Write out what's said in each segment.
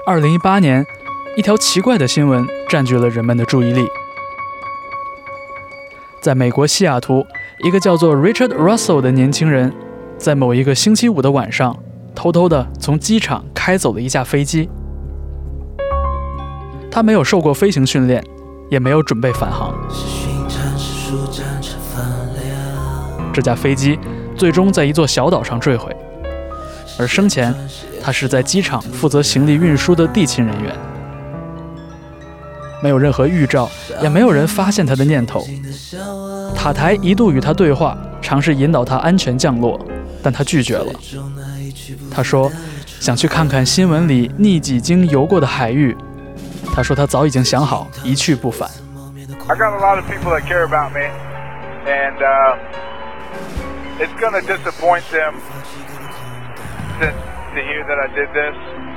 2018年，一条奇怪的新闻占据了人们的注意力。在美国西雅图，一个叫做 Richard Russell 的年轻人，在某一个星期五的晚上，偷偷地从机场开走了一架飞机。他没有受过飞行训练，也没有准备返航。这架飞机最终在一座小岛上坠毁，而生前他是在机场负责行李运输的地勤人员。没有任何预兆，也没有人发现他的念头。塔台一度与他对话，尝试引导他安全降落，但他拒绝了。他说想去看看新闻里逆几经游过的海域。他说他早已经想好一去不返。 I got a lot of people that care about me, and it's going to disappoint them to hear that I did this.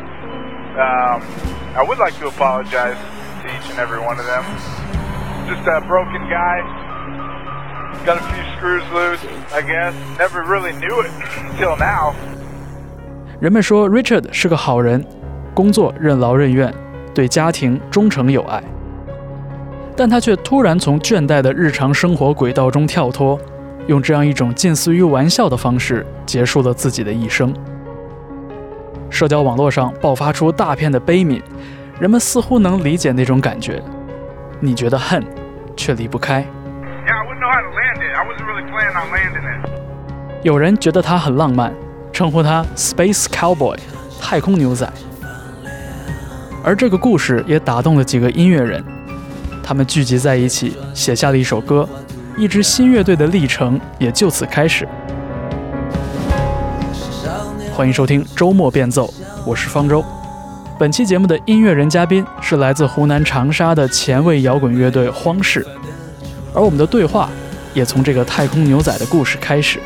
I would like to apologize to each and every one of them. Just a broken guy, got a few screws loose, I guess. Never really knew it until now. 人们说 Richard 是个好人，工作任劳任怨，对家庭忠诚有爱。但他却突然从倦怠的日常生活轨道中跳脱，用这样一种近似于玩笑的方式结束了自己的一生。社交网络上爆发出大片的悲悯，人们似乎能理解那种感觉。你觉得恨，却离不开。 Yeah, I wouldn't know how to land it. I wasn't really planning on landing it. 有人觉得他很浪漫，称呼他 Space Cowboy 太空牛仔。而这个故事也打动了几个音乐人，他们聚集在一起写下了一首歌，一支新乐队的历程也就此开始。欢迎收听周末变奏，我是方舟。本期节目的音乐人嘉宾是来自湖南长沙的前卫摇滚乐队荒室，而我们的对话也从这个太空牛仔的故事开始。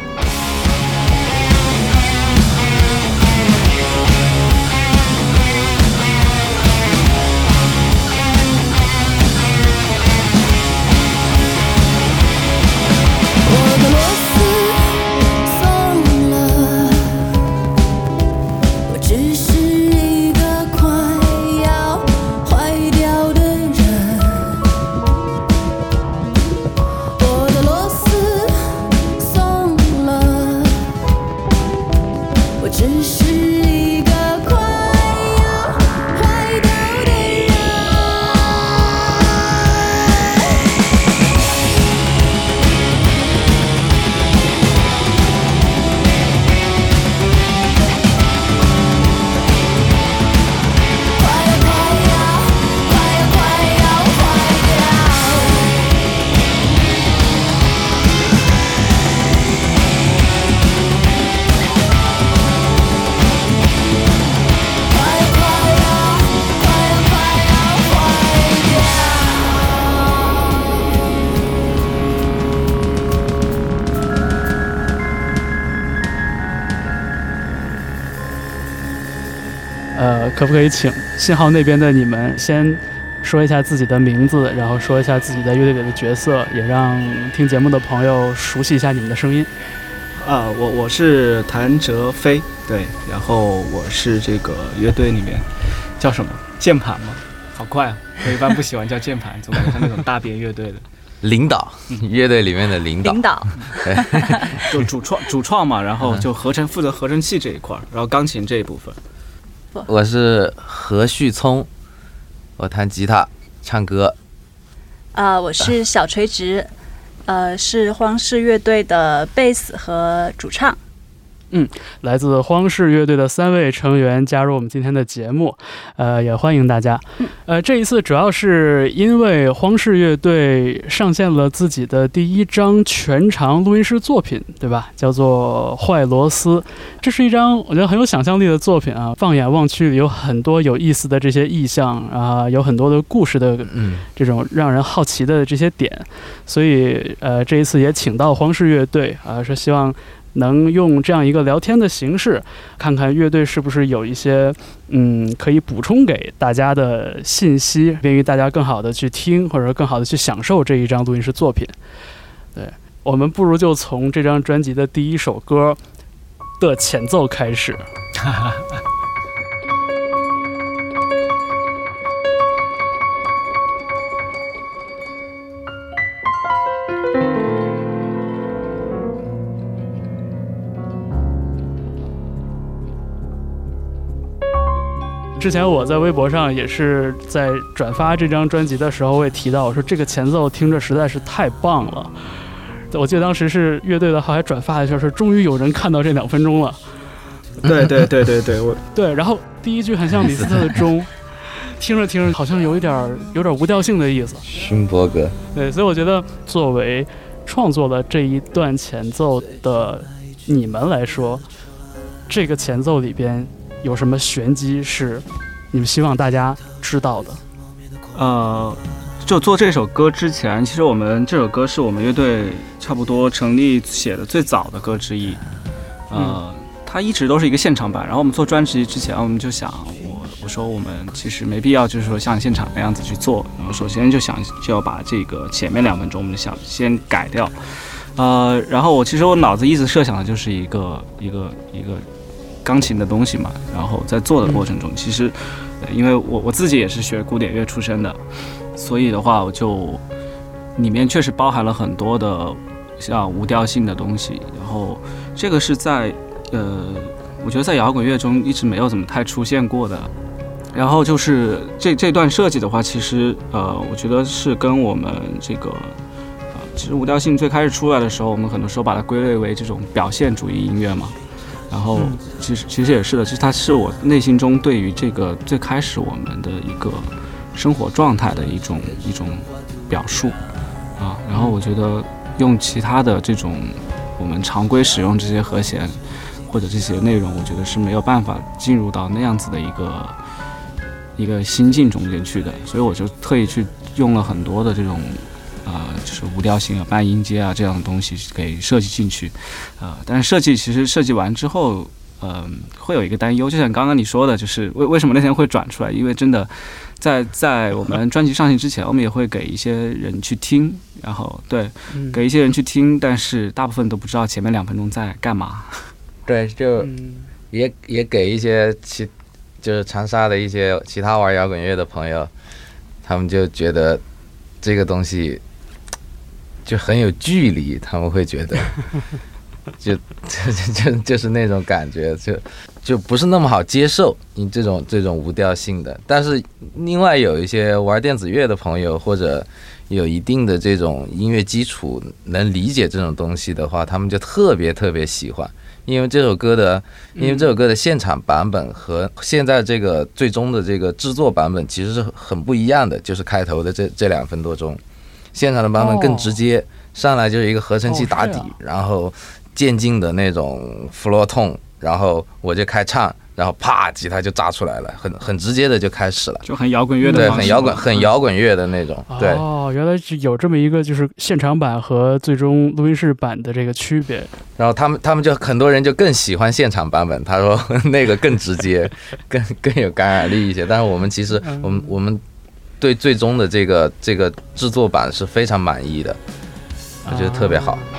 可不可以请信号那边的你们先说一下自己的名字，然后说一下自己在乐队里的角色，也让听节目的朋友熟悉一下你们的声音。 我是谭哲飞，对，然后我是这个乐队里面叫什么键盘吗？好快啊！我一般不喜欢叫键盘，总感觉像那种大编乐队的领导，乐队里面的领导， 就主创嘛，然后就负责合成器这一块，然后钢琴这一部分。 我是何旭聪，我弹吉他唱歌。 我是小垂直，是荒室乐队的贝斯和主唱。 来自荒室乐队的3位成员加入我们今天的节目，也欢迎大家。这一次主要是因为荒室乐队上线了自己的第一张全长录音室作品，对吧？叫做《坏螺丝》。这是一张我觉得很有想象力的作品啊，放眼望去有很多有意思的这些意象啊，有很多的故事的这种让人好奇的这些点，所以这一次也请到荒室乐队啊，是希望能用这样一个聊天的形式，看看乐队是不是有一些可以补充给大家的信息，便于大家更好的去听，或者更好的去享受这一张录音室作品。对，我们不如就从这张专辑的第一首歌的前奏开始。 之前我在微博上也是在转发这张专辑的时候，我也提到，我说这个前奏听着实在是太棒了。我记得当时是乐队的号还转发一下说，终于有人看到这2分钟了。 对， 对，然后第一句很像李斯特的钟，听着听着好像有点无调性的意思。 勋伯格。 对，所以我觉得作为创作了这一段前奏的你们来说，这个前奏里边有什么玄机是你们希望大家知道的？ 就做这首歌之前，其实我们这首歌是我们乐队差不多成立写的最早的歌之一。它一直都是一个现场版。然后我们做专辑之前，我们就想，我说我们其实没必要就是说像现场那样子去做。然后首先就要把这个前面2分钟我们就想先改掉。然后其实我脑子一直设想的就是一个钢琴的东西嘛。然后在做的过程中，其实因为我自己也是学古典乐出身的，所以的话我就里面确实包含了很多的像无调性的东西。然后这个是在我觉得在摇滚乐中一直没有怎么太出现过的。然后就是这段设计的话，其实我觉得是跟我们这个其实无调性最开始出来的时候，我们很多时候把它归类为这种表现主义音乐嘛。然后其实也是的，其实它是我内心中对于这个最开始我们的一个生活状态的一种表述啊。然后我觉得用其他的这种我们常规使用这些和弦或者这些内容，我觉得是没有办法进入到那样子的一个心境中间去的。所以我就特意去用了很多的这种就是无调性半音阶这样的东西给设计进去。但是其实设计完之后会有一个担忧，就像刚刚你说的，就是为什么那天会转出来，因为真的在我们专辑上线之前，我们也会给一些人去听，然后对给一些人去听，但是大部分都不知道前面2分钟在干嘛。 对，就也给一些就是长沙的一些其他玩摇滚乐的朋友，他们就觉得这个东西就很有距离，他们会觉得就是那种感觉，就不是那么好接受你这种无调性的。但是另外有一些玩电子乐的朋友，或者有一定的这种音乐基础，能理解这种东西的话，他们就特别喜欢。因为这首歌的现场版本和现在这个最终的这个制作版本其实是很不一样的。就是开头的这2分多钟，现场的版本更直接，上来就是一个合成器打底，然后渐进的那种 floor tone， 然后我就开唱，然后啪，吉他就炸出来了，很直接的就开始了， 就很摇滚乐的对，很摇滚乐的那种。对， 原来是有这么一个就是现场版和最终录音室版的这个区别。 然后他们就很多人就更喜欢现场版本，他说那个更直接，更有感染力一些。但是我们其实我们对最终的这个制作版是非常满意的，我觉得特别好。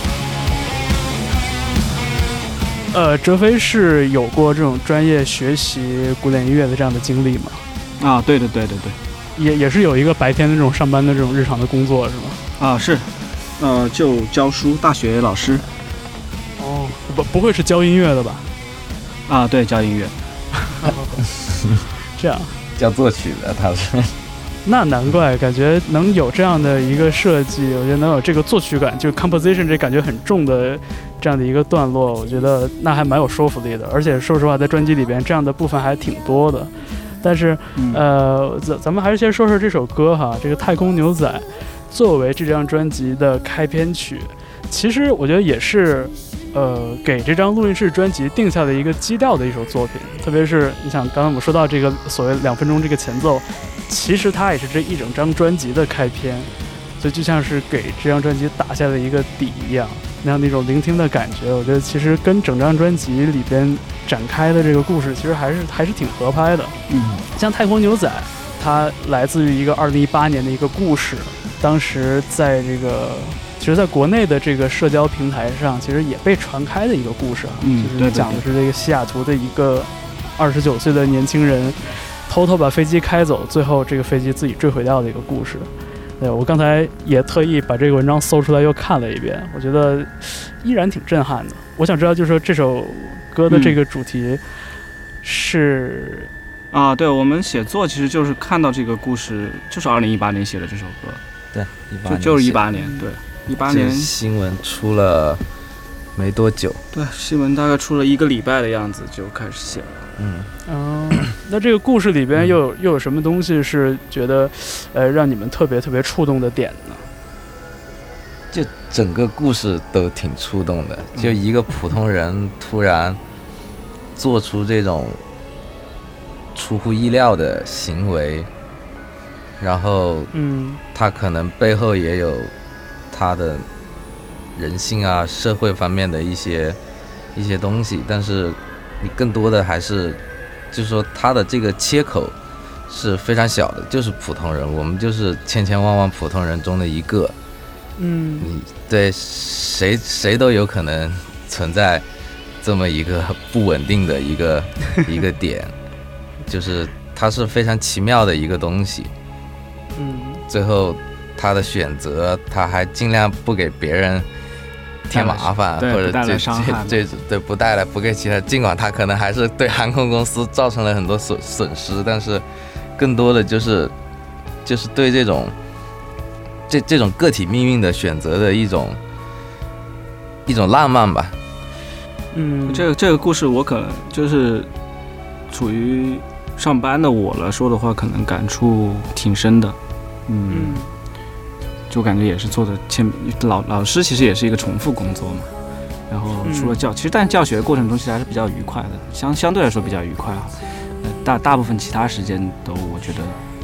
哲飞是有过这种专业学习古典音乐的这样的经历吗？ 对， 也是有一个白天的这种上班的这种日常的工作是吗？ 是，就教书，大学老师。 不会是教音乐的吧？ 对，教音乐。 这样教作曲的他是。 那难怪，感觉能有这样的一个设计，我觉得能有这个作曲感，就 composition 这感觉很重的这样的一个段落，我觉得那还蛮有说服力的。而且说实话，在专辑里边这样的部分还挺多的。但是咱们还是先说说这首歌哈，这个《太空牛仔》作为这张专辑的开篇曲，其实我觉得也是给这张录音室专辑定下了一个基调的一首作品。特别是你想刚刚我们说到这个所谓2分钟这个前奏，其实它也是这一整张专辑的开篇，所以就像是给这张专辑打下了一个底一样，那样的一种聆听的感觉，我觉得其实跟整张专辑里边展开的这个故事其实还是挺合拍的。像《太空牛仔》它来自于一个2018年的一个故事，当时其实在国内的这个社交平台上其实也被传开的一个故事就是讲的是这个西雅图的一个29岁的年轻人偷偷把飞机开走，最后这个飞机自己坠毁掉的一个故事。对，我刚才也特意把这个文章搜出来又看了一遍，我觉得依然挺震撼的。我想知道就是说这首歌的这个主题是啊，对，我们写作其实就是看到这个故事，就是2018年写的这首歌。 对，18年就是18年，对，18年新闻出了没多久， 对，新闻大概出了1个礼拜的样子就开始写了。 那这个故事里边又有什么东西是觉得，让你们特别触动的点呢？ 就整个故事都挺触动的，就一个普通人突然做出这种出乎意料的行为，然后他可能背后也有他的人性啊、社会方面的一些东西，但是你更多的还是就是说他的这个切口是非常小的，就是普通人，我们就是千千万万普通人中的一个。你对谁都有可能存在这么一个不稳定的一个点，就是它是非常奇妙的一个东西。最后他的选择，他还尽量不给别人添麻烦，或者不带来不给其他，尽管他可能还是对航空公司造成了很多损失，但是更多的就是对这种个体命运的选择的一种浪漫吧。 这个故事我可能就是处于上班的我来说的话，可能感触挺深的。就感觉也是做的老师其实也是一个重复工作嘛。然后除了其实但教学过程中其实还是比较愉快的，相对来说比较愉快啊。大部分其他时间都我觉得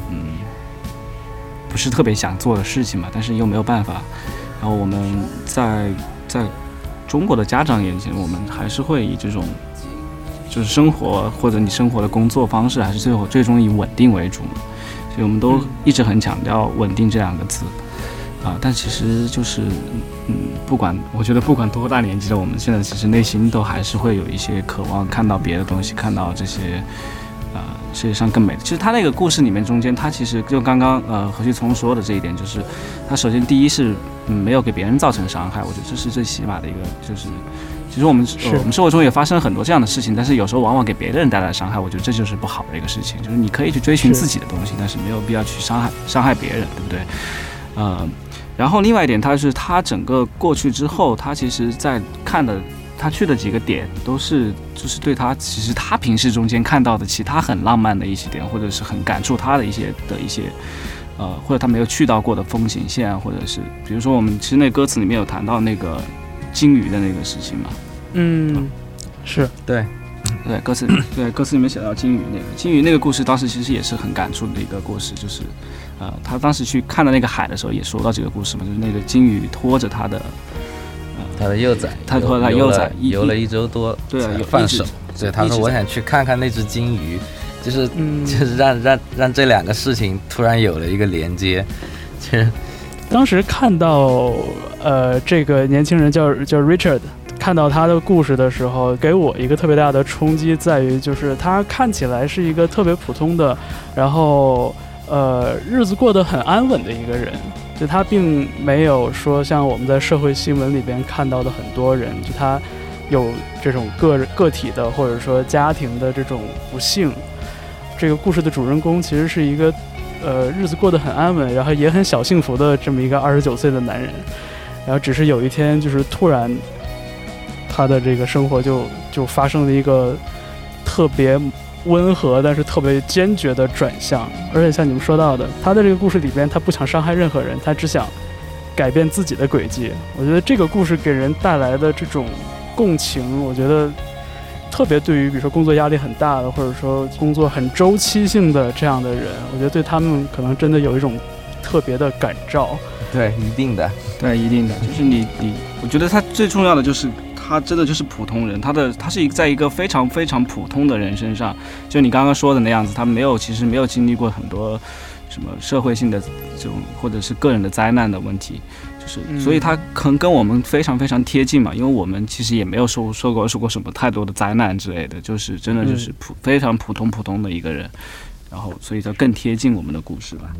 不是特别想做的事情嘛，但是又没有办法。然后我们在中国的家长眼前，我们还是会以这种就是生活或者你生活的工作方式，还是最终以稳定为主嘛。所以我们都一直很强调稳定这2个字但其实就是我觉得不管多大年纪的我们，现在其实内心都还是会有一些渴望看到别的东西，看到这些世界上更美的。其实他那个故事里面中间，他其实就刚刚何旭聪说的这一点，就是他首先第一是没有给别人造成伤害，我觉得这是最起码的一个，就是其实我们生活中也发生很多这样的事情，但是有时候往往给别的人带来伤害，我觉得这就是不好的一个事情。就是你可以去追寻自己的东西，但是没有必要去伤害别人，对不对？然后另外一点，他整个过去之后，他其实在看的他去的几个点都是就是对他其实他平时中间看到的其他很浪漫的一些点，或者是很感触他的一些或者他没有去到过的风景线，或者是比如说我们其实那歌词里面有谈到那个鲸鱼的那个事情嘛。 是对歌词里面写到鲸鱼那个故事，当时其实也是很感触的一个故事，就是他当时去看到那个海的时候也说到这个故事嘛，就是那个鲸鱼拖着他的幼崽， 他拖着他幼崽游了1周多才放手，所以他说我想去看看那只鲸鱼，就是让这2个事情突然有了一个连接。其实当时看到这个年轻人叫 Richard， 看到他的故事的时候，给我一个特别大的冲击在于，就是他看起来是一个特别普通的，然后日子过得很安稳的一个人。就他并没有说像我们在社会新闻里边看到的很多人，就他有这种个体的或者说家庭的这种不幸。这个故事的主人公其实是一个日子过得很安稳，然后也很小幸福的这么一个29岁的男人，然后只是有一天就是突然他的这个生活就发生了一个特别温和但是特别坚决的转向。而且像你们说到的，他的这个故事里边他不想伤害任何人，他只想改变自己的轨迹。我觉得这个故事给人带来的这种共情，我觉得特别对于比如说工作压力很大的，或者说工作很周期性的这样的人，我觉得对他们可能真的有一种特别的感召。 对，一定的， 就是你，我觉得他最重要的就是他真的就是普通人，他是在一个非常非常普通的人身上，就你刚刚说的那样子，他其实没有经历过很多什么社会性的这种或者是个人的灾难的问题，就是所以他可能跟我们非常非常贴近嘛，因为我们其实也没有受过什么太多的灾难之类的，就是真的就是非常普通的一个人，然后所以他更贴近我们的故事吧。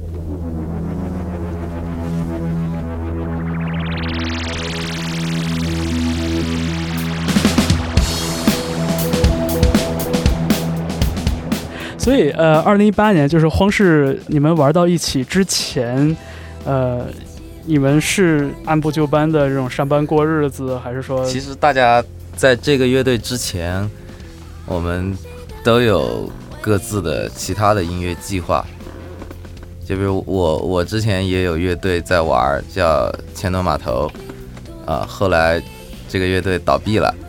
所以2018年就是荒市你们玩到一起之前，你们是按部就班的这种上班过日子，还是说？ 其实大家在这个乐队之前，我们都有各自的其他的音乐计划。就比如我之前也有乐队在玩，叫千头码头，后来这个乐队倒闭了。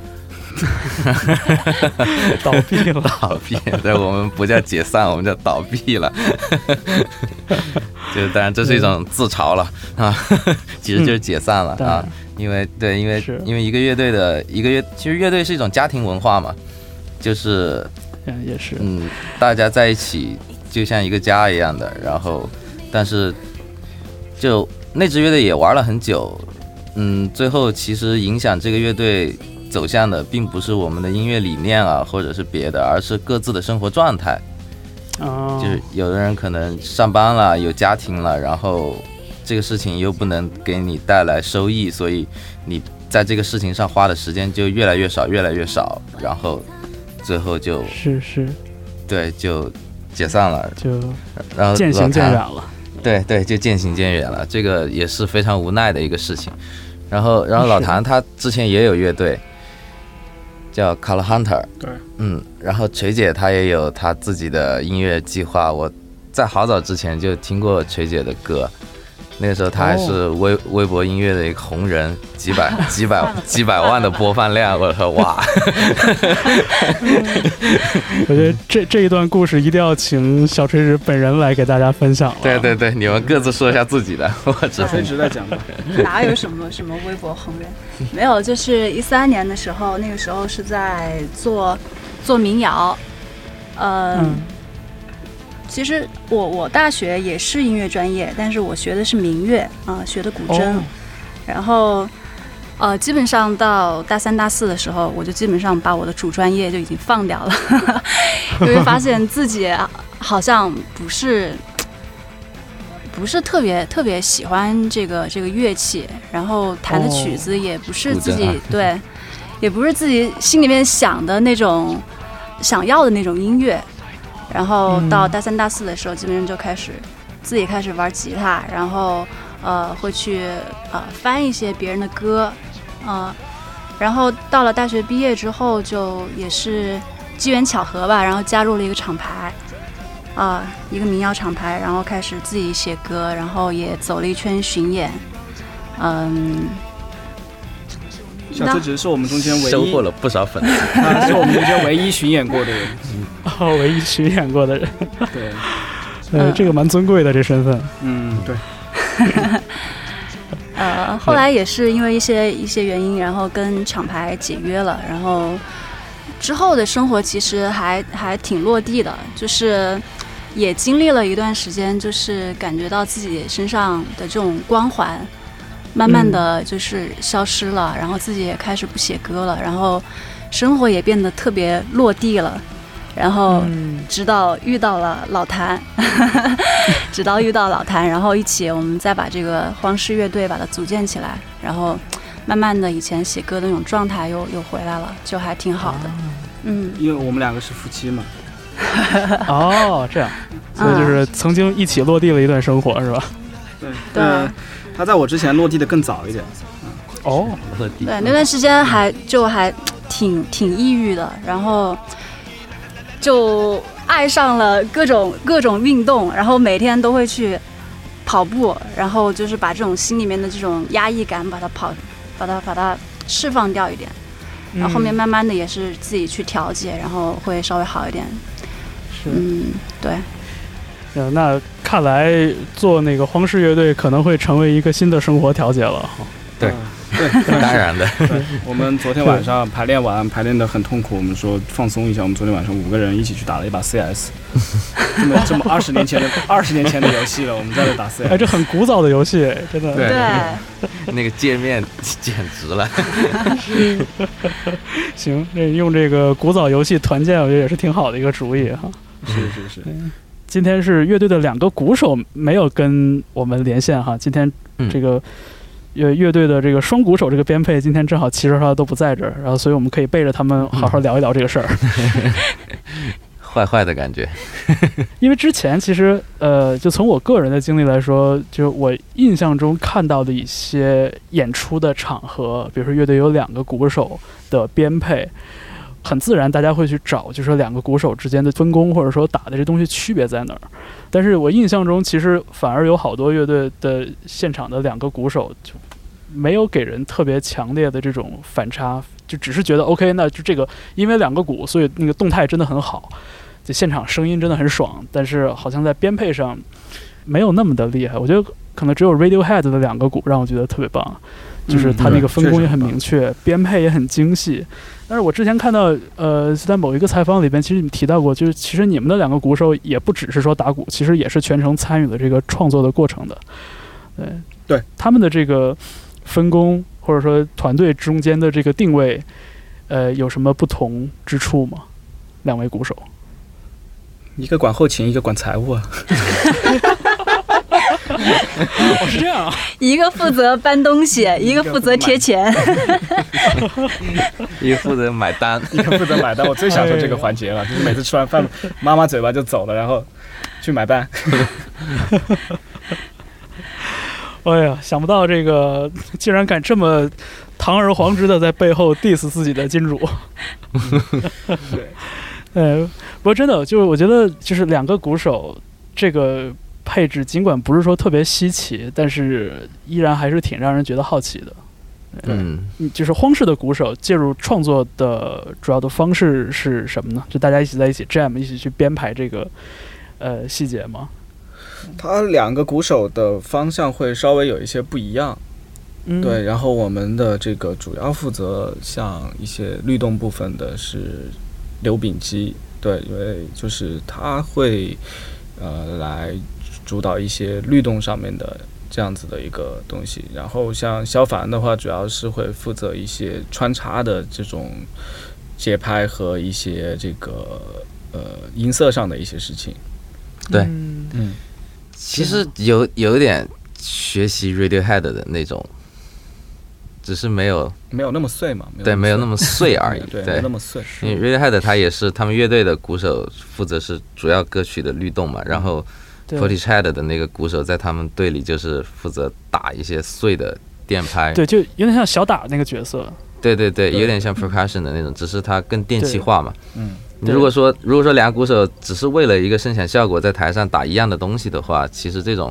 倒闭了， 倒闭，对，我们不叫解散，我们叫倒闭了。就当然这是一种自嘲了啊，其实就是解散了啊，因为一个乐队的其实乐队是一种家庭文化嘛，就是也是大家在一起就像一个家一样的，然后但是就那支乐队也玩了很久，最后其实影响这个乐队走向的并不是我们的音乐理念啊，或者是别的，而是各自的生活状态。就是有的人可能上班了，有家庭了，然后这个事情又不能给你带来收益，所以你在这个事情上花的时间就越来越少，然后最后就是对，就解散了， 就然后渐行渐远了。 对，就渐行渐远了，这个也是非常无奈的一个事情。然后老谭他之前也有乐队。叫 Color Hunter， 对， 然后锤姐她也有她自己的音乐计划。我在好早之前就听过锤姐的歌，那个时候她还是微博音乐的一个红人，几百万的播放量，我说哇！ 我觉得这一段故事一定要请小锤子本人来给大家分享了。 对，你们各自说一下自己的，我只锤子在讲吧。 哪有什么微博红人？没有，就是13年的时候，那个时候是在做民谣，其实我大学也是音乐专业，但是我学的是民乐学的古筝，然后基本上到大3、大4的时候，我就基本上把我的主专业就已经放掉了，因为发现自己好像不是特别喜欢这个乐器，然后弹的曲子也不是自己对，也不是自己心里面想要的那种音乐。然后到大3、大4的时候，基本上就自己开始玩吉他，然后会去翻一些别人的歌，然后到了大学毕业之后，就也是机缘巧合吧，然后加入了一个厂牌，一个民谣厂牌，然后开始自己写歌，然后也走了一圈巡演， 小崔只是我们中间唯一收获了不少粉丝， 他是我们中间唯一巡演过的人， 唯一巡演过的人， 对， 这个蛮尊贵的这身份， 对。 后来也是因为一些原因，然后跟厂牌解约了，然后之后的生活其实还挺落地的，就是也经历了一段时间，就是感觉到自己身上的这种光环慢慢的就是消失了，然后自己也开始不写歌了，然后生活也变得特别落地了，然后直到遇到了老谭然后一起我们再把这个荒市乐队把它组建起来，然后慢慢的以前写歌的那种状态又回来了，就还挺好的。 因为我们两个是夫妻嘛。 这样，所以就是曾经一起落地了一段生活，是吧？ 对。他在我之前落地的更早一点。 落地。 对，那段时间还挺抑郁的，然后就爱上了各种运动，然后每天都会去跑步，然后就是把这种心里面的这种压抑感把它释放掉一点，然后后面慢慢的也是自己去调节，然后会稍微好一点。对。 那看来做那个荒市乐队可能会成为一个新的生活调节了。 对，当然的。 我们昨天晚上排练完，排练得很痛苦，我们说放松一下。我们昨天晚上5个人一起去打了一把 CS， 这么20年前的游戏了，我们在这打 CS。 这很古早的游戏，真的。 对。 那个界面简直了。 行，用这个古早游戏团建，我觉得也是挺好的一个主意哈。 是。 今天是乐队的2个鼓手没有跟我们连线哈，今天这个乐队的这个双鼓手这个编配今天正好齐刷刷都不在这儿，然后所以我们可以背着他们好好聊一聊这个事儿。 坏的感觉。 因为之前其实就从我个人的经历来说，就我印象中看到的一些演出的场合，比如说乐队有2个鼓手的编配，很自然大家会去找，就是说2个鼓手之间的分工，或者说打的这东西区别在哪儿。但是我印象中，其实反而有好多乐队的现场的2个鼓手就没有给人特别强烈的这种反差，就只是觉得 OK， 那就这个因为2个鼓，所以那个动态真的很好，就现场声音真的很爽，但是好像在编配上没有那么的厉害。我觉得可能只有 Radiohead 的2个鼓让我觉得特别棒，就是它那个分工也很明确，编配也很精细。但是我之前看到在某一个采访里边，其实你们提到过，就是其实你们的2个鼓手也不只是说打鼓，其实也是全程参与了这个创作的过程的。 对， 他们的这个分工或者说团队中间的这个定位，有什么不同之处吗？2位鼓手， 一个管后勤，一个管财务啊。 哦，是这样啊。 一个负责搬东西，一个负责贴钱。 一个负责买单， 一个负责买单。我最享受这个环节了，就是每次吃完饭，妈妈嘴巴就走了，然后去买单。 哎呀，想不到这个竟然敢这么堂而皇之的在背后 diss 自己的金主。对，不过真的就是我觉得就是2个鼓手这个配置，尽管不是说特别稀奇，但是依然还是挺让人觉得好奇的。就是荒室的鼓手介入创作的主要的方式是什么呢？就大家一起在一起 jam， 一起去编排这个细节吗？ 他2个鼓手的方向会稍微有一些不一样，对。然后我们的这个主要负责像一些律动部分的是刘秉基，对，因为就是他会来主导一些律动上面的这样子的一个东西。然后像萧凡的话，主要是会负责一些穿插的这种节拍和一些这个音色上的一些事情。 对，其实有点学习 Radiohead 的那种，只是没有那么碎嘛， 对，没有那么碎而已。 对，没有那么碎。 因为 Radiohead 他也是他们乐队的鼓手，负责是主要歌曲的律动嘛，然后 Portishead 的那个鼓手在他们队里就是负责打一些碎的电拍， 对，就有点像小打那个角色。 对，有点像 percussion 的那种，只是它更电气化嘛。如果说2个鼓手只是为了一个声响效果在台上打一样的东西的话，其实这种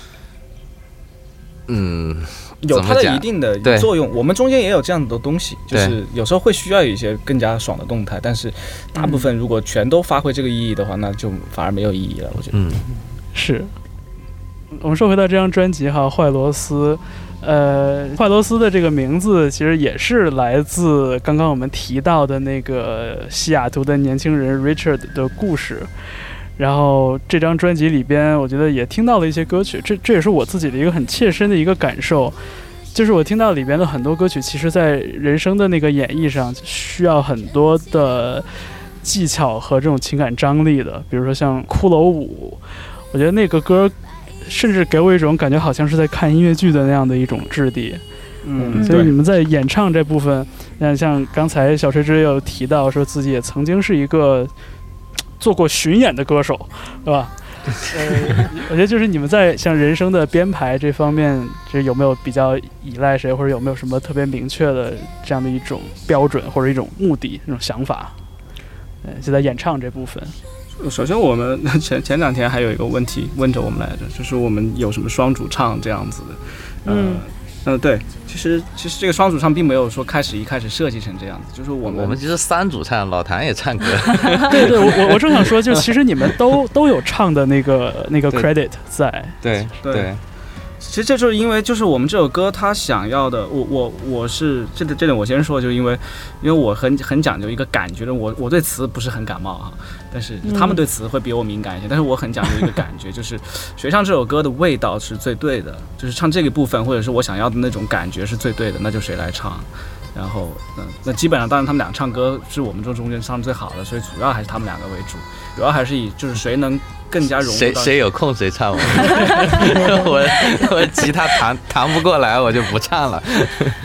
有它的一定的作用。我们中间也有这样的东西，就是有时候会需要有一些更加爽的动态，但是大部分如果全都发挥这个意义的话，那就反而没有意义了，我觉得。 是。我们说回到这张专辑哈，坏螺丝。坏螺丝的这个名字其实也是来自刚刚我们提到的那个西雅图的年轻人 Richard 的故事。然后这张专辑里边，我觉得也听到了一些歌曲，这也是我自己的一个很切身的一个感受，就是我听到里边的很多歌曲，其实在人生的那个演绎上需要很多的技巧和这种情感张力的，比如说像《骷髅舞》，我觉得那个歌甚至给我一种感觉好像是在看音乐剧的那样的一种质地。所以你们在演唱这部分，像刚才小锤之也有提到说自己也曾经是一个做过巡演的歌手，对吧？我觉得就是你们在像人生的编排这方面，就是有没有比较依赖谁，或者有没有什么特别明确的这样的一种标准或者一种目的、那种想法？就在演唱这部分。 首先，我们前2天还有一个问题问着我们来着，就是我们有什么双主唱这样子的。对，其实这个双主唱并没有说一开始设计成这样子，就是我们其实3主唱，老谭也唱歌。 对，我正想说，就其实你们都有唱的那个 credit 在。 对。 其实这就是因为就是我们这首歌他想要的，我是这点我先说，就因为我很讲究一个感觉的，我对词不是很感冒啊，但是他们对词会比我敏感一些，但是我很讲究一个感觉，就是谁唱这首歌的味道是最对的，就是唱这个部分或者是我想要的那种感觉是最对的，那就谁来唱。然后那基本上当然他们俩唱歌是我们这中间唱最好的，所以主要还是他们2个为主，主要还是以就是谁能更加融入到谁有空谁唱我吉他弹不过来我就不唱了。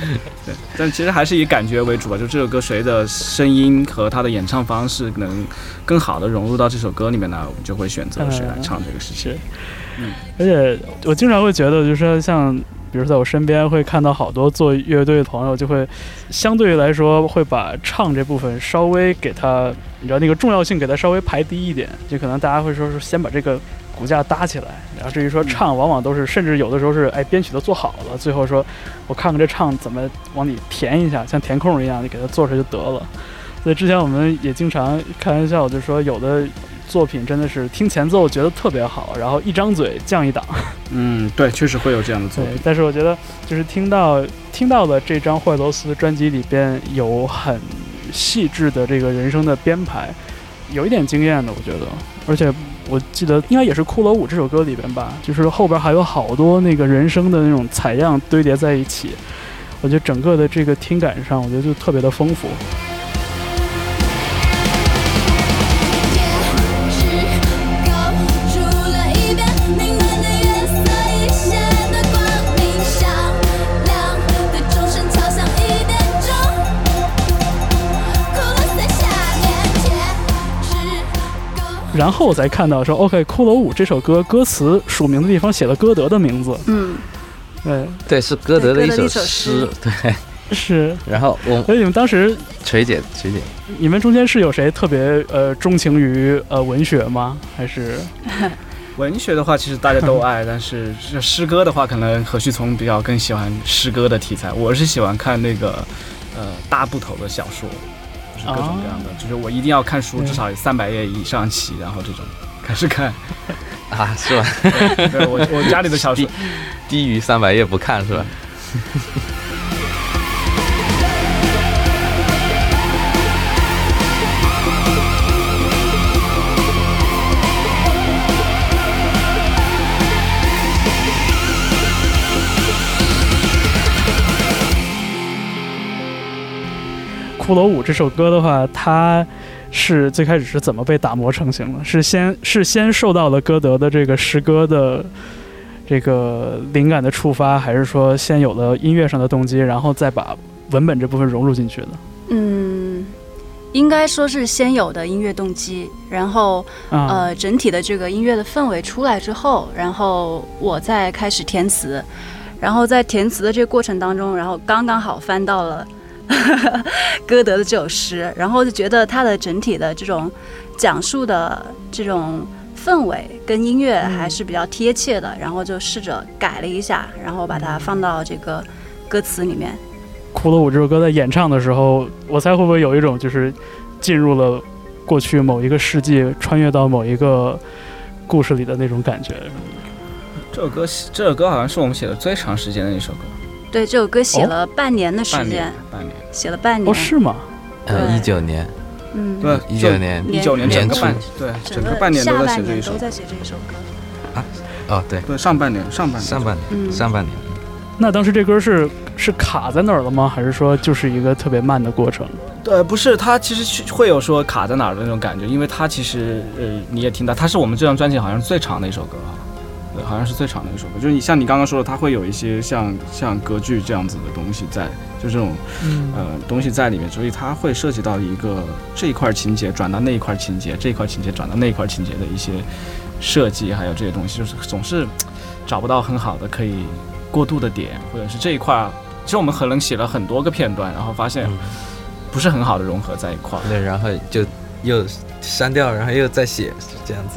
对，但其实还是以感觉为主吧，就这首歌谁的声音和他的演唱方式能更好的融入到这首歌里面呢，我们就会选择谁来唱这个事情。 而且我经常会觉得，就是像比如在我身边会看到好多做乐队的朋友，就会相对来说会把唱这部分稍微给他，你知道那个重要性给他稍微排低一点，就可能大家会说是先把这个骨架搭起来，然后至于说唱，往往都是甚至有的时候是编曲都做好了，最后说我看看这唱怎么往里填一下，像填空一样，你给它做出来就得了。所以之前我们也经常开玩笑，就说有的作品真的是听前奏觉得特别好，然后一张嘴降一档。 对，确实会有这样的作品。 但是我觉得就是听到了这张坏螺丝专辑里边有很细致的这个人声的编排，有一点惊艳的，我觉得。而且我记得应该也是《骷髅舞》这首歌里边吧，就是后边还有好多那个人声的那种采样堆叠在一起，我觉得整个的这个听感上，我觉得就特别的丰富。然后我才看到说 OK 骷髅舞这首歌歌词署名的地方写了歌德的名字。 对，是歌德的一首诗。对， 是。 然后所以你们当时锤姐， 你们中间是有谁特别钟情于文学吗？还是文学的话其实大家都爱，但是诗歌的话可能何旭聪比较更喜欢诗歌的题材，我是喜欢看那个大部头的小说，就是各种各样的，就是我一定要看书至少300页以上起，然后这种开始看啊，是吧？ 对，我家里的小说低于300页不看是吧？ 骷髅舞这首歌的话，它是最开始是怎么被打磨成型的？是先受到了歌德的这个诗歌的这个灵感的触发，还是说先有了音乐上的动机，然后再把文本这部分融入进去的？ 应该说是先有的音乐动机，然后整体的这个音乐的氛围出来之后，然后我再开始填词，然后在填词的这个过程当中，然后刚刚好翻到了歌德的这首诗，然后就觉得它的整体的这种讲述的这种氛围跟音乐还是比较贴切的，然后就试着改了一下，然后把它放到这个歌词里面。 骷髅舞这首歌在演唱的时候，我猜会不会有一种就是进入了过去某一个世纪，穿越到某一个故事里的那种感觉？ 这首歌好像是我们写的最长时间的一首歌。 对，这首歌写了半年的时间， 半年， 写了半年。 哦，是吗 ？19年， 对 ，19年整个半，对，整个半年都在写这一首， 都在写这一首歌。 啊，哦，对， 上半年。 那当时这歌是卡在哪儿了吗？还是说就是一个特别慢的过程？ 对，不是，它其实会有说卡在哪儿的那种感觉，因为它其实你也听到，它是我们这张专辑好像是最长的一首歌啊。对，好像是最长的一首歌，就是像你刚刚说的，它会有一些像歌剧这样子的东西在，就这种东西在里面，所以它会涉及到一个这一块情节转到那一块情节，这一块情节转到那一块情节的一些设计，还有这些东西，就是总是找不到很好的可以过渡的点，或者是这一块，其实我们可能写了很多个片段，然后发现不是很好的融合在一块， 对，然后就又删掉，然后又再写，是这样子。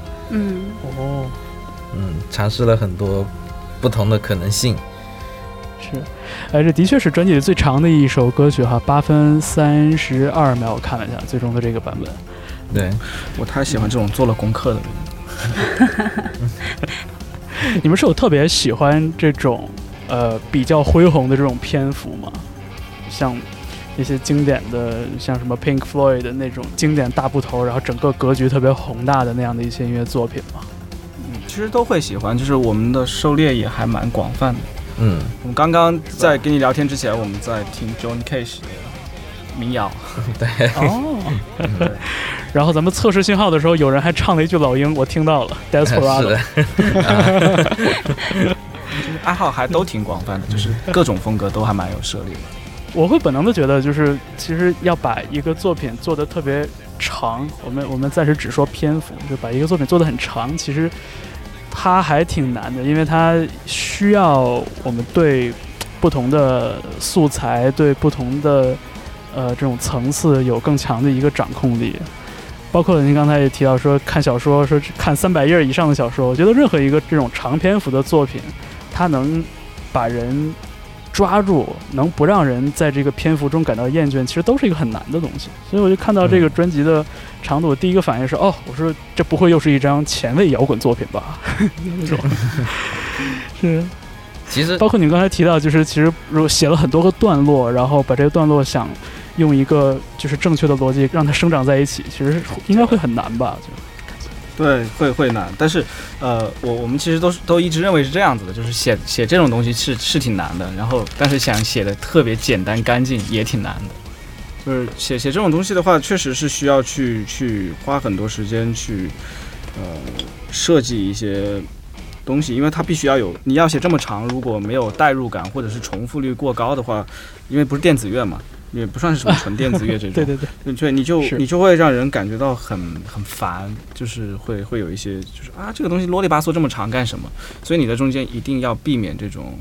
尝试了很多不同的可能性。 是，这的确是专辑里最长的一首歌曲哈，8分32秒，我看了一下最终的这个版本。 对， 我太喜欢这种做了功课的人。 你们是有特别喜欢这种比较恢宏的这种篇幅吗？像一些经典的，像什么 Pink Floyd 的那种经典大部头，然后整个格局特别宏大的那样的一些音乐作品吗？ 其实都会喜欢，就是我们的狩猎也还蛮广泛的。我们刚刚在跟你聊天之前，我们在听 Johnny Cash 的民谣。 对， 然后咱们测试信号的时候，有人还唱了一句老鹰，我听到了 Desperado。 就是爱好还都挺广泛的，就是各种风格都还蛮有涉猎的。 我会本能的觉得，就是其实要把一个作品做得特别长，我们暂时只说篇幅，就把一个作品做得很长，其实它还挺难的，因为它需要我们对不同的素材、对不同的这种层次有更强的一个掌控力。包括您刚才也提到说看小说，说看300页以上的小说，我觉得任何一个这种长篇幅的作品，它能把人抓住，能不让人在这个篇幅中感到厌倦，其实都是一个很难的东西。所以我就看到这个专辑的长度，第一个反应是我说这不会又是一张前卫摇滚作品吧？那种是。 其实包括你刚才提到，就是其实如果写了很多个段落，然后把这个段落想用一个就是正确的逻辑让它生长在一起，其实应该会很难吧？ 对，会难。但是我们其实都一直认为是这样子的，就是写这种东西是挺难的，然后但是想写的特别简单干净也挺难的。就是写这种东西的话，确实是需要去花很多时间去设计一些东西，因为它必须要有，你要写这么长，如果没有代入感或者是重复率过高的话，因为不是电子乐嘛，也不算是什么纯电子乐这种，对，你就会让人感觉到很烦，就是会有一些就是这个东西啰里吧嗦这么长干什么？所以你在中间一定要避免这种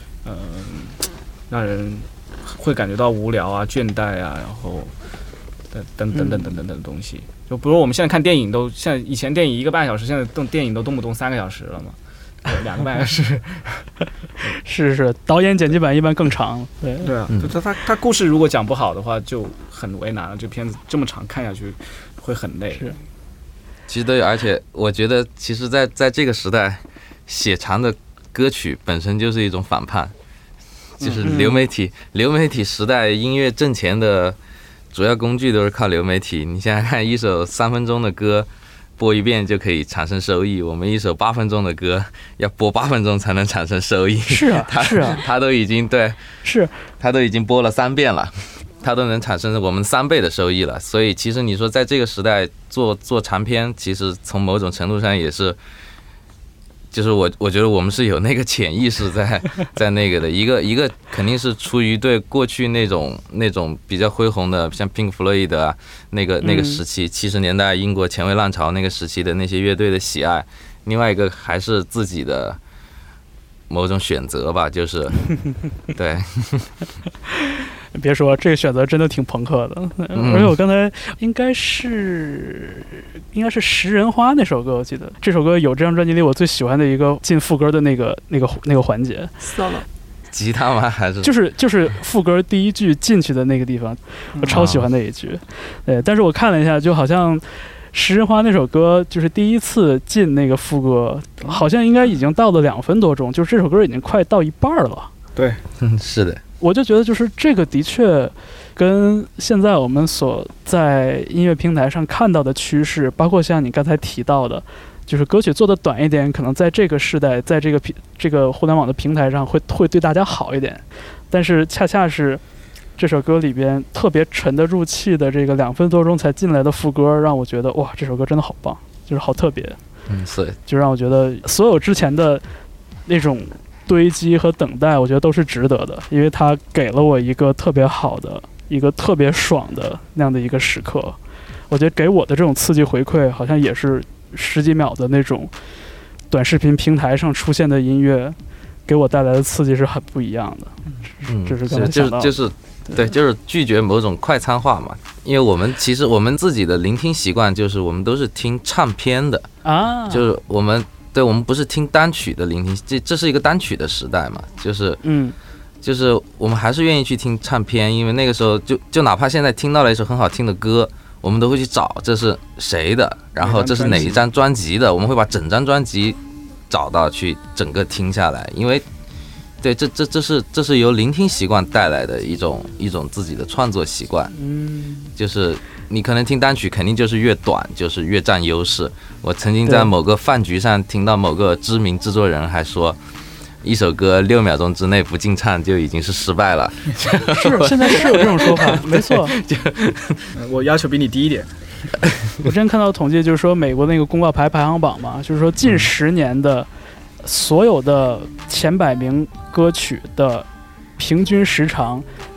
让人会感觉到无聊啊、倦怠啊，然后等等的东西。就比如我们现在看电影现在以前电影1个半小时，现在电影都动不动3个小时了嘛。2个半小时， 是导演剪辑版一般更长，对啊，他故事如果讲不好的话就很为难了，这片子这么长看下去会很累。 是， 其实对，而且我觉得，其实在这个时代，写长的歌曲本身就是一种反叛，就是流媒体时代，音乐挣钱的主要工具都是靠流媒体。你想想看，一首3分钟的歌播一遍就可以产生收益，我们一首8分钟的歌要播8分钟才能产生收益。 是啊， 他都已经他都已经播了3遍了，他都能产生我们3倍的收益了。所以其实你说在这个时代做长篇，其实从某种程度上也是，就是我觉得我们是有那个潜意识在那个的一个肯定是出于对过去那种比较恢宏的，像 Pink Floyd 啊那个时期70年代英国前卫浪潮那个时期的那些乐队的喜爱，另外一个还是自己的某种选择吧，就是对。 别说这个选择真的挺朋克的，而且我刚才应该是食人花那首歌，我记得这首歌有这张专辑里我最喜欢的一个进副歌的那个环节 solo， 吉他吗？还是就是副歌第一句进去的那个地方，我超喜欢那一句。对，但是我看了一下，就好像食人花那首歌就是第一次进那个副歌，好像应该已经到了2分多钟，就是这首歌已经快到一半了。 对， 是的。 我就觉得就是这个的确跟现在我们所在音乐平台上看到的趋势，包括像你刚才提到的，就是歌曲做的短一点，可能在这个时代，在这个互联网的平台上会对大家好一点。但是恰恰是这首歌里边特别沉得入气的这个2分多钟才进来的副歌，让我觉得哇，这首歌真的好棒，就是好特别。 是， 就让我觉得所有之前的那种堆积和等待，我觉得都是值得的，因为它给了我一个特别好的、一个特别爽的那样的一个时刻。我觉得给我的这种刺激回馈，好像也是10几秒的那种短视频平台上出现的音乐，给我带来的刺激是很不一样的。这是刚才想到的， 就是拒绝某种快餐化嘛。因为其实我们自己的聆听习惯就是我们都是听唱片的啊，就是我们不是听单曲的聆听，这是一个单曲的时代嘛，就是我们还是愿意去听唱片，因为那个时候就哪怕现在听到了一首很好听的歌，我们都会去找这是谁的，然后这是哪一张专辑的，我们会把整张专辑找到去整个听下来，因为对这是由聆听习惯带来的一种自己的创作习惯。就是你可能听单曲肯定就是越短就是越占优势。我曾经在某个饭局上听到某个知名制作人还说，一首歌6秒钟之内不进唱就已经是失败了。 是，现在是有这种说法，没错。 我要求比你低一点。 我之前看到统计，就是说美国那个公告牌排行榜嘛，就是说近10年的所有的前100名歌曲的平均时长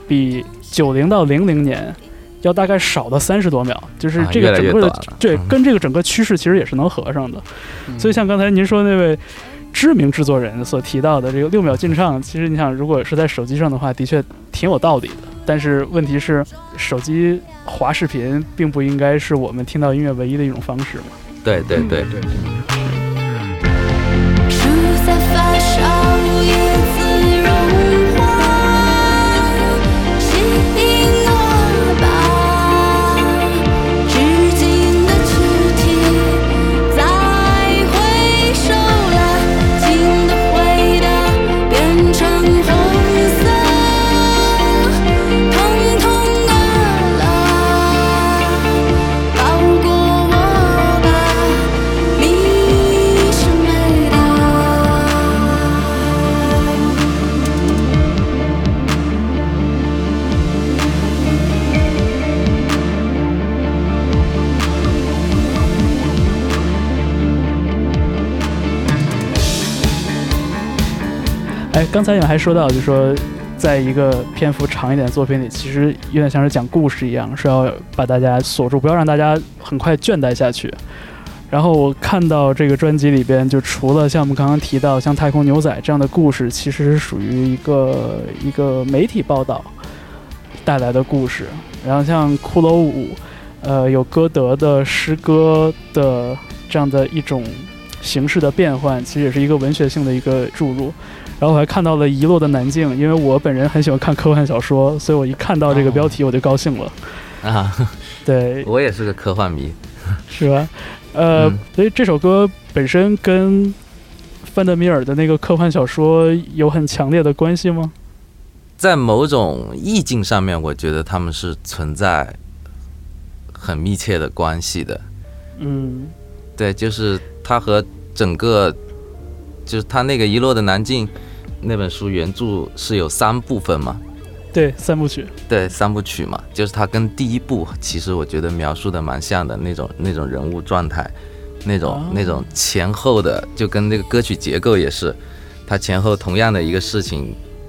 比90到00年要大概少了30多秒，就是这个整个的对，跟这个整个趋势其实也是能合上的。所以像刚才您说那位知名制作人所提到的这个6秒进唱，其实你想，如果是在手机上的话，的确挺有道理的。但是问题是，手机滑视频并不应该是我们听到音乐唯一的一种方式嘛？ 对对对对。 树在发烧，叶子融化，心落吧，至今的躯体再回首了，尽都会的变成红色，通通的了，包裹我吧，你是美的。 哎，刚才你们还说到，就是说，在一个篇幅长一点的作品里，其实有点像是讲故事一样，是要把大家锁住，不要让大家很快倦怠下去。然后我看到这个专辑里边，就除了像我们刚刚提到像《太空牛仔》这样的故事，其实是属于一个媒体报道带来的故事。然后像《骷髅舞》，有歌德的诗歌的这样的一种形式的变换，其实也是一个文学性的一个注入。然后我还看到了《遗落的南境》，因为我本人很喜欢看科幻小说，所以我一看到这个标题我就高兴了。对， 我也是个科幻迷， 是吧？所以这首歌本身跟范德米尔的那个科幻小说有很强烈的关系吗？ 在某种意境上面，我觉得他们是存在很密切的关系的。对，就是它和整个，就是它那个《遗落的南境》那本书原著是有3部分嘛？ 对，3部曲。 对，3部曲嘛，就是它跟第1部其实我觉得描述的蛮像的那种人物状态，那种前后的，就跟那个歌曲结构也是，它前后同样的一个事情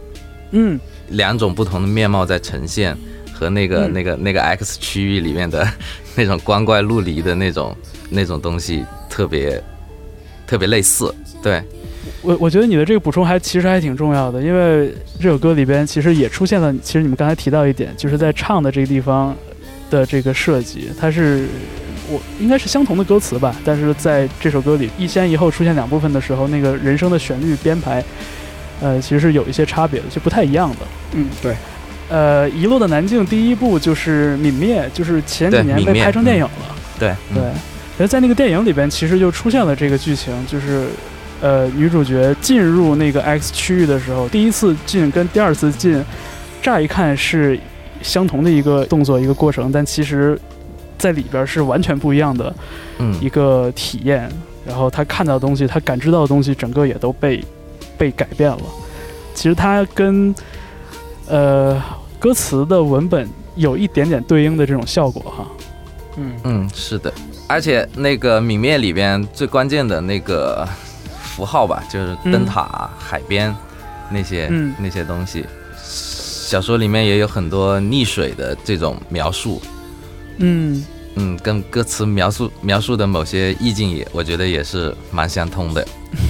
，2种不同的面貌在呈现，和那个 X 区域里面的那种光怪陆离的那种东西特别类似。对， 我觉得你的这个补充其实还挺重要的，因为这首歌里边其实也出现了，其实你们刚才提到一点，就是在唱的这个地方的这个设计，它是应该是相同的歌词吧，但是在这首歌里一先一后出现2部分的时候，那个人声的旋律编排其实是有一些差别的，就不太一样的。 对。 遗落的南境第1部就是泯灭，就是前几年被拍成电影了。 对。 而在那个电影里边，其实就出现了这个剧情，就是女主角进入那个 X 区域的时候，第1次进跟第2次进，乍一看是相同的一个动作一个过程，但其实在里边是完全不一样的一个体验。然后她看到的东西，她感知到的东西，整个也都被改变了。其实它跟歌词的文本有一点点对应的这种效果哈。 是的，而且那个泯灭里边最关键的那个符号吧，就是灯塔、海边那些东西，小说里面也有很多溺水的这种描述。跟歌词描述的某些意境我觉得也是蛮相通的。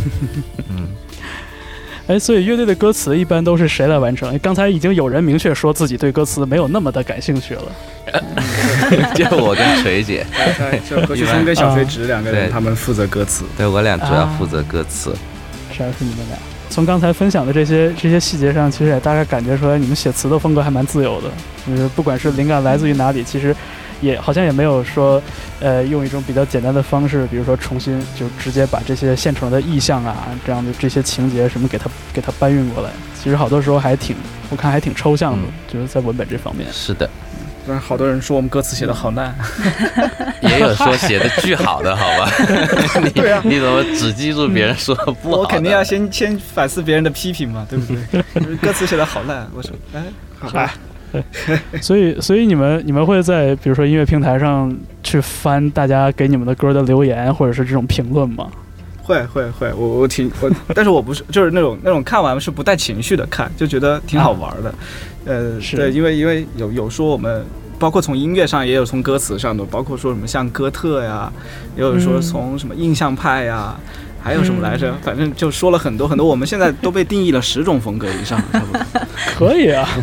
所以乐队的歌词一般都是谁来完成？刚才已经有人明确说自己对歌词没有那么的感兴趣了。 就我跟锤姐， 就何旭峰跟小锤直2个人，他们负责歌词。 对，我俩主要负责歌词。 是你们俩。从刚才分享的这些细节上，其实也大概感觉出来，你们写词的风格还蛮自由的。就是不管是灵感来自于哪里，其实也好像也没有说用一种比较简单的方式，比如说重新就直接把这些现成的意象啊，这样的这些情节什么给它搬运过来。其实好多时候我看还挺抽象的，就是在文本这方面。 是的。 但好多人说我们歌词写的好烂， 也有说写的巨好的，好吧？ 对啊， 你怎么只记住别人说不好的？ 我肯定要先反思别人的批评嘛，对不对？歌词写的好烂，我说好吧。 所以你们会在比如说音乐平台上去翻大家给你们的歌的留言或者是这种评论吗？ 会，我但是我不是就是那种看完是不带情绪的看，就觉得挺好玩的。对，因为有说我们包括从音乐上，也有从歌词上的，包括说什么像哥特呀，也有说从什么印象派呀。还有什么来着？反正就说了很多很多，我们现在都被定义了10种风格以上，差不多。 可以啊。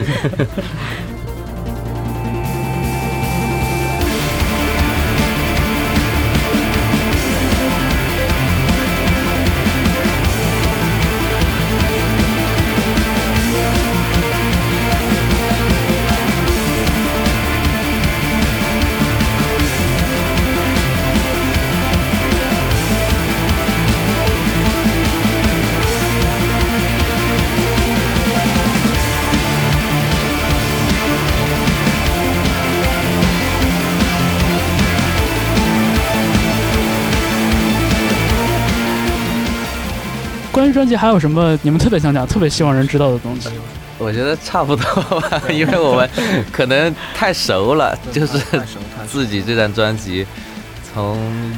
关于专辑还有什么你们特别想讲、特别希望人知道的东西？ 我觉得差不多吧，因为我们可能太熟了，就是自己这张专辑从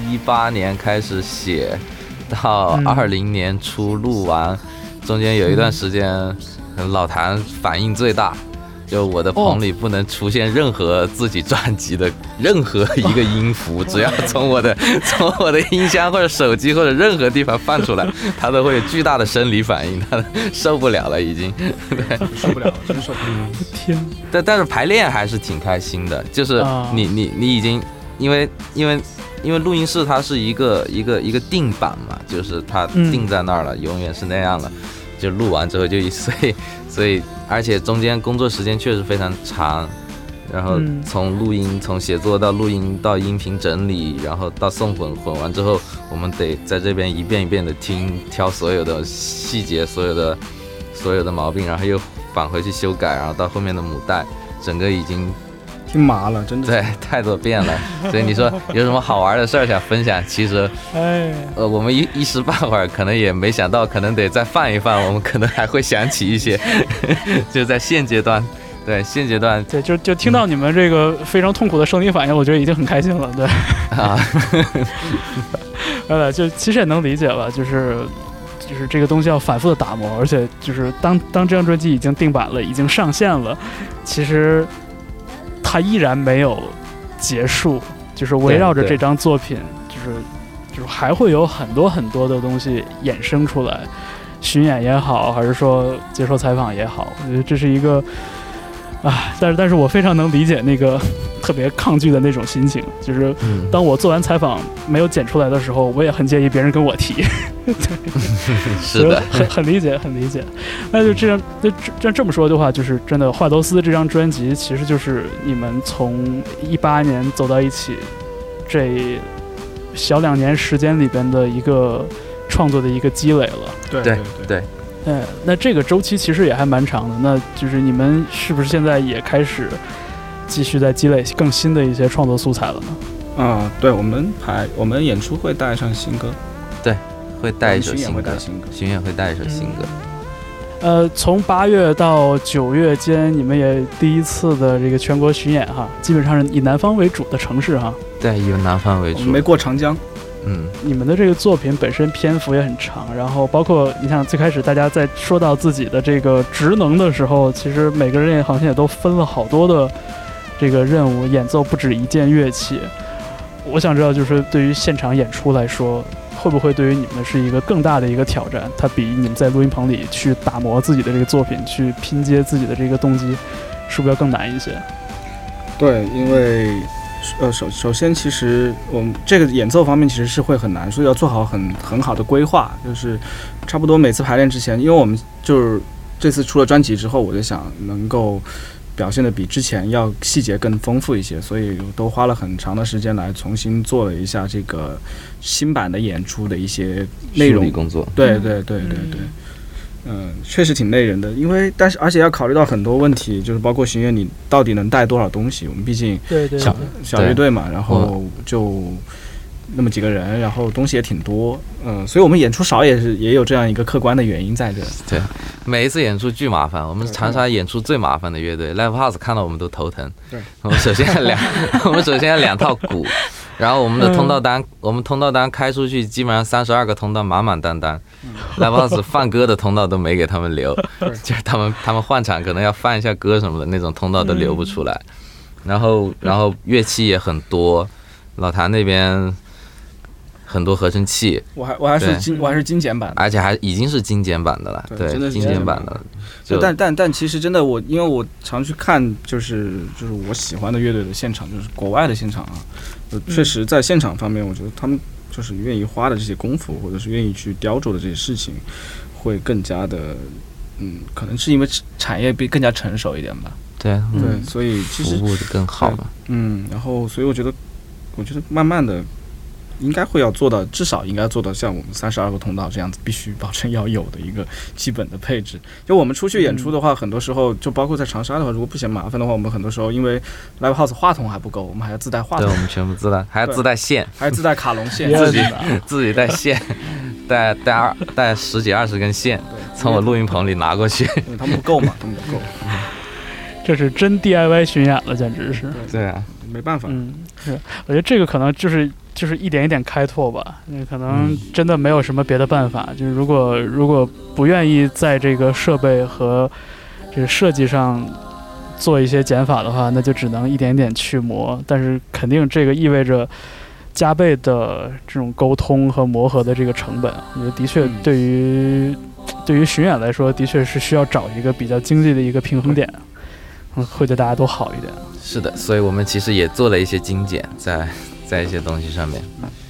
18年开始写，到20年初录完，中间有一段时间，老谭反应最大。就我的棚里不能出现任何自己专辑的任何一个音符，只要从我的音箱或者手机或者任何地方放出来，他都会有巨大的生理反应，他受不了了已经。对， 受不了，真受不了。 天！ 但是排练还是挺开心的，就是你已经因为录音室它是一个定版嘛，就是它定在那儿了，永远是那样了。就录完之后就所以而且中间工作时间确实非常长，然后从写作到录音到音频整理，然后到送混完之后，我们得在这边一遍一遍的听，挑所有的细节，所有的毛病，然后又返回去修改，然后到后面的母带，整个已经听麻了，真的对，太多遍了。所以你说有什么好玩的事儿想分享？其实，我们一时半会儿可能也没想到，可能得再放一放，我们可能还会想起一些。就在现阶段，对， 就听到你们这个非常痛苦的生理反应，我觉得已经很开心了。对啊，就其实也能理解了，就是这个东西要反复的打磨，而且就是当这张专辑已经定版了，已经上线了，其实它依然没有结束，就是围绕着这张作品，就是还会有很多很多的东西衍生出来，巡演也好，还是说接受采访也好，我觉得这是一个但是我非常能理解那个特别抗拒的那种心情，就是当我做完采访没有剪出来的时候，我也很介意别人跟我提。 是的， 很理解。那就这么说的话，就是真的，华多斯这张专辑其实就是你们从18年走到一起这小2年时间里边的一个创作的一个积累了。 对。 那这个周期其实也还蛮长的，那就是你们是不是现在也开始继续在积累更新的一些创作素材了呢？ 对，我们演出会带上新歌， 对，会带一首新歌，巡演会带一首新歌。从8月到9月间，你们也第一次的这个全国巡演哈，基本上是以南方为主的城市哈。 对，以南方为主， 我们没过长江。 你们的这个作品本身篇幅也很长，然后包括你像最开始大家在说到自己的这个职能的时候，其实每个人也好像也都分了好多的这个任务，演奏不止一件乐器。我想知道，就是对于现场演出来说，会不会对于你们是一个更大的一个挑战？它比你们在录音棚里去打磨自己的这个作品，去拼接自己的这个动机，是不是要更难一些？ 对，因为首先，其实我们这个演奏方面其实是会很难，所以要做好很好的规划。就是差不多每次排练之前，因为我们就是这次出了专辑之后，我就想能够表现的比之前要细节更丰富一些，所以都花了很长的时间来重新做了一下这个新版的演出的一些内容工作。 对。确实挺累人的，但是而且要考虑到很多问题，就是包括巡演你到底能带多少东西。我们毕竟小乐队嘛，然后就那么几个人，然后东西也挺多，所以我们演出少也有这样一个客观的原因在这。 对，每一次演出巨麻烦，我们是长沙演出最麻烦的乐队， Live House 看到我们都头疼。对，我们首先要2套鼓。 然后我们的通道单，我们通道单开出去，基本上32个通道满满当当。Live House 放歌的通道都没给他们留，就是他们换场可能要放一下歌什么的那种通道都留不出来。然后乐器也很多，老谭那边很多合成器， 我还是精简版的， 而且还已经是精简版的了，对，精简版的。 但其实真的因为我常去看，就是我喜欢的乐队的现场，就是国外的现场啊，确实在现场方面，我觉得他们就是愿意花的这些功夫，或者是愿意去雕琢的这些事情，会更加的，可能是因为产业更加成熟一点吧。 对， 所以其实服务的更好嘛。 然后所以我觉得慢慢的。应该会要做到，至少应该做到像我们32个通道这样子，必须保证要有的一个基本的配置。就我们出去演出的话，很多时候就包括在长沙的话，如果不嫌麻烦的话，我们很多时候因为 Live House 话筒还不够，我们还要自带话筒。 对，我们全部自带，还要自带线， 还要自带卡龙线， 自己带线，带10几20根线，从我录音棚里拿过去。 他们不够嘛，他们不够。 这是真 DIY 巡演了，简直是。 对啊， 没办法。 是，我觉得这个可能就是一点一点开拓吧，可能真的没有什么别的办法。就是如果不愿意在这个设备和这个设计上做一些减法的话，那就只能一点点去磨。但是肯定这个意味着加倍的这种沟通和磨合的这个成本。我觉得的确对于巡演来说，的确是需要找一个比较经济的一个平衡点。会对大家都好一点。 是的，所以我们其实也做了一些精简在一些东西上面。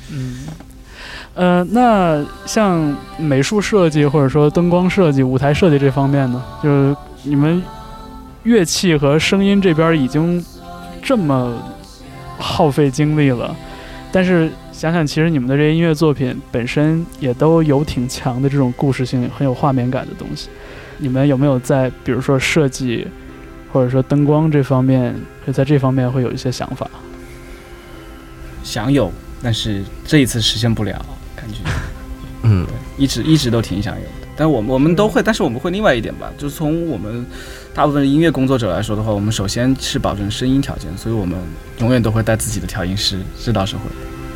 那像美术设计或者说灯光设计、舞台设计这方面呢，就是你们乐器和声音这边已经这么耗费精力了，但是想想其实你们的这些音乐作品本身也都有挺强的这种故事性、很有画面感的东西。你们有没有在比如说设计或者说灯光这方面，在这方面会有一些想法？ 想有，但是这一次实现不了，感觉。一直都挺想有的，但我们都会，但是我们会另外一点吧，就是从我们大部分的音乐工作者来说的话，我们首先是保证声音条件，所以我们永远都会带自己的调音师，这倒是会。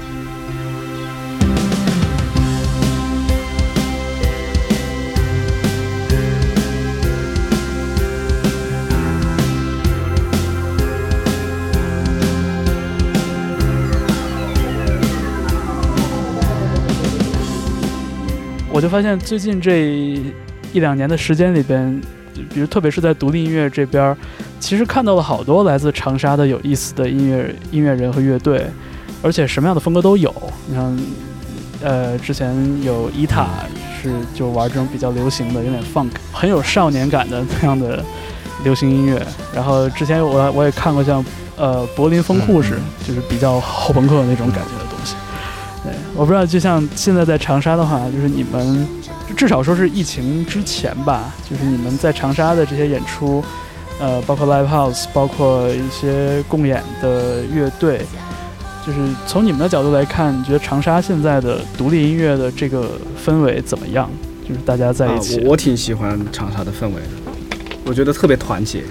我就发现最近这1-2年的时间里边，比如特别是在独立音乐这边，其实看到了好多来自长沙的有意思的音乐人和乐队，而且什么样的风格都有。你像之前有伊塔是就玩这种比较流行的，有点 funk， 很有少年感的那样的流行音乐。然后之前我也看过像柏林风护士，就是比较后朋克的那种感觉的东西。对，我不知道，就像现在在长沙的话，就是你们至少说是疫情之前吧，就是你们在长沙的这些演出，包括 Live House， 包括一些共演的乐队，就是从你们的角度来看，你觉得长沙现在的独立音乐的这个氛围怎么样？就是大家在一起。 我挺喜欢长沙的氛围的，我觉得特别团结。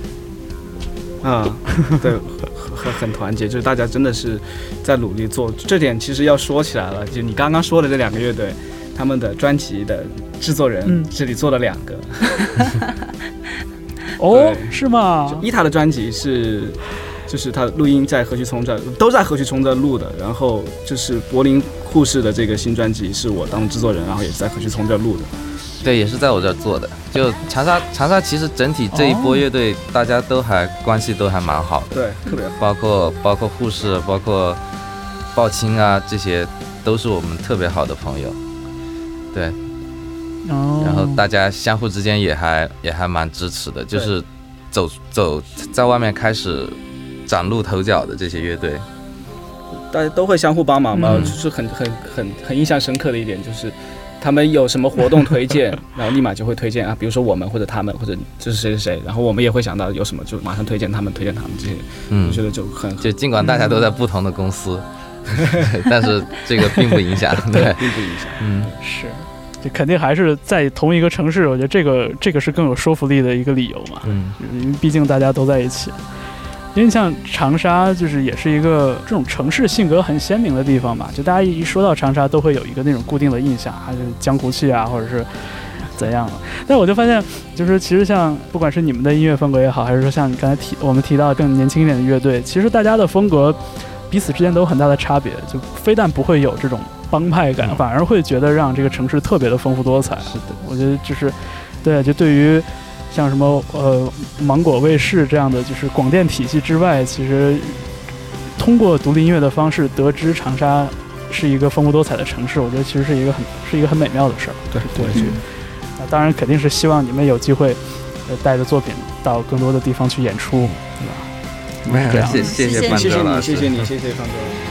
对。很团结，就是大家真的是在努力做这点。其实要说起来了，就你刚刚说的这2个乐队，他们的专辑的制作人这里做了2个。 哦，是吗？ 伊塔的专辑就是他录音在何须聪这都在何须聪这录的，然后就是柏林护士的这个新专辑是我当制作人，然后也是在何须聪这录的。 对，也是在我这儿做的。就长沙其实整体这一波乐队，大家都关系都还蛮好的。 对，特别好。包括护士，包括鲍青啊，这些都是我们特别好的朋友。对。然后大家相互之间也还蛮支持的，就是走在外面开始崭露头角的这些乐队， 大家都会相互帮忙嘛。就是很印象深刻的一点就是。他们有什么活动推荐，然后立马就会推荐啊，比如说我们或者他们或者就是谁谁谁，然后我们也会想到有什么就马上推荐他们这些，我觉得就尽管大家都在不同的公司，但是这个并不影响，对， 并不影响， 是，这肯定还是在同一个城市，我觉得这个是更有说服力的一个理由嘛，因为毕竟大家都在一起。 因为像长沙就是也是一个这种城市性格很鲜明的地方嘛，就大家一说到长沙都会有一个那种固定的印象，还是江湖气啊，或者是怎样的。但我就发现，就是其实像不管是你们的音乐风格也好，还是说像刚才我们提到更年轻一点的乐队，其实大家的风格彼此之间都有很大的差别，就非但不会有这种帮派感，反而会觉得让这个城市特别的丰富多彩。 是的， 我觉得就是对，就对于像什么芒果卫视这样的就是广电体系之外，其实通过独立音乐的方式得知长沙是一个丰富多彩的城市，我觉得其实是一个很美妙的事儿。 对， 我觉得那当然肯定是希望你们有机会带着作品到更多的地方去演出，对吧？ 谢谢范谢谢你， 哲老师， 谢谢你，谢谢范哥。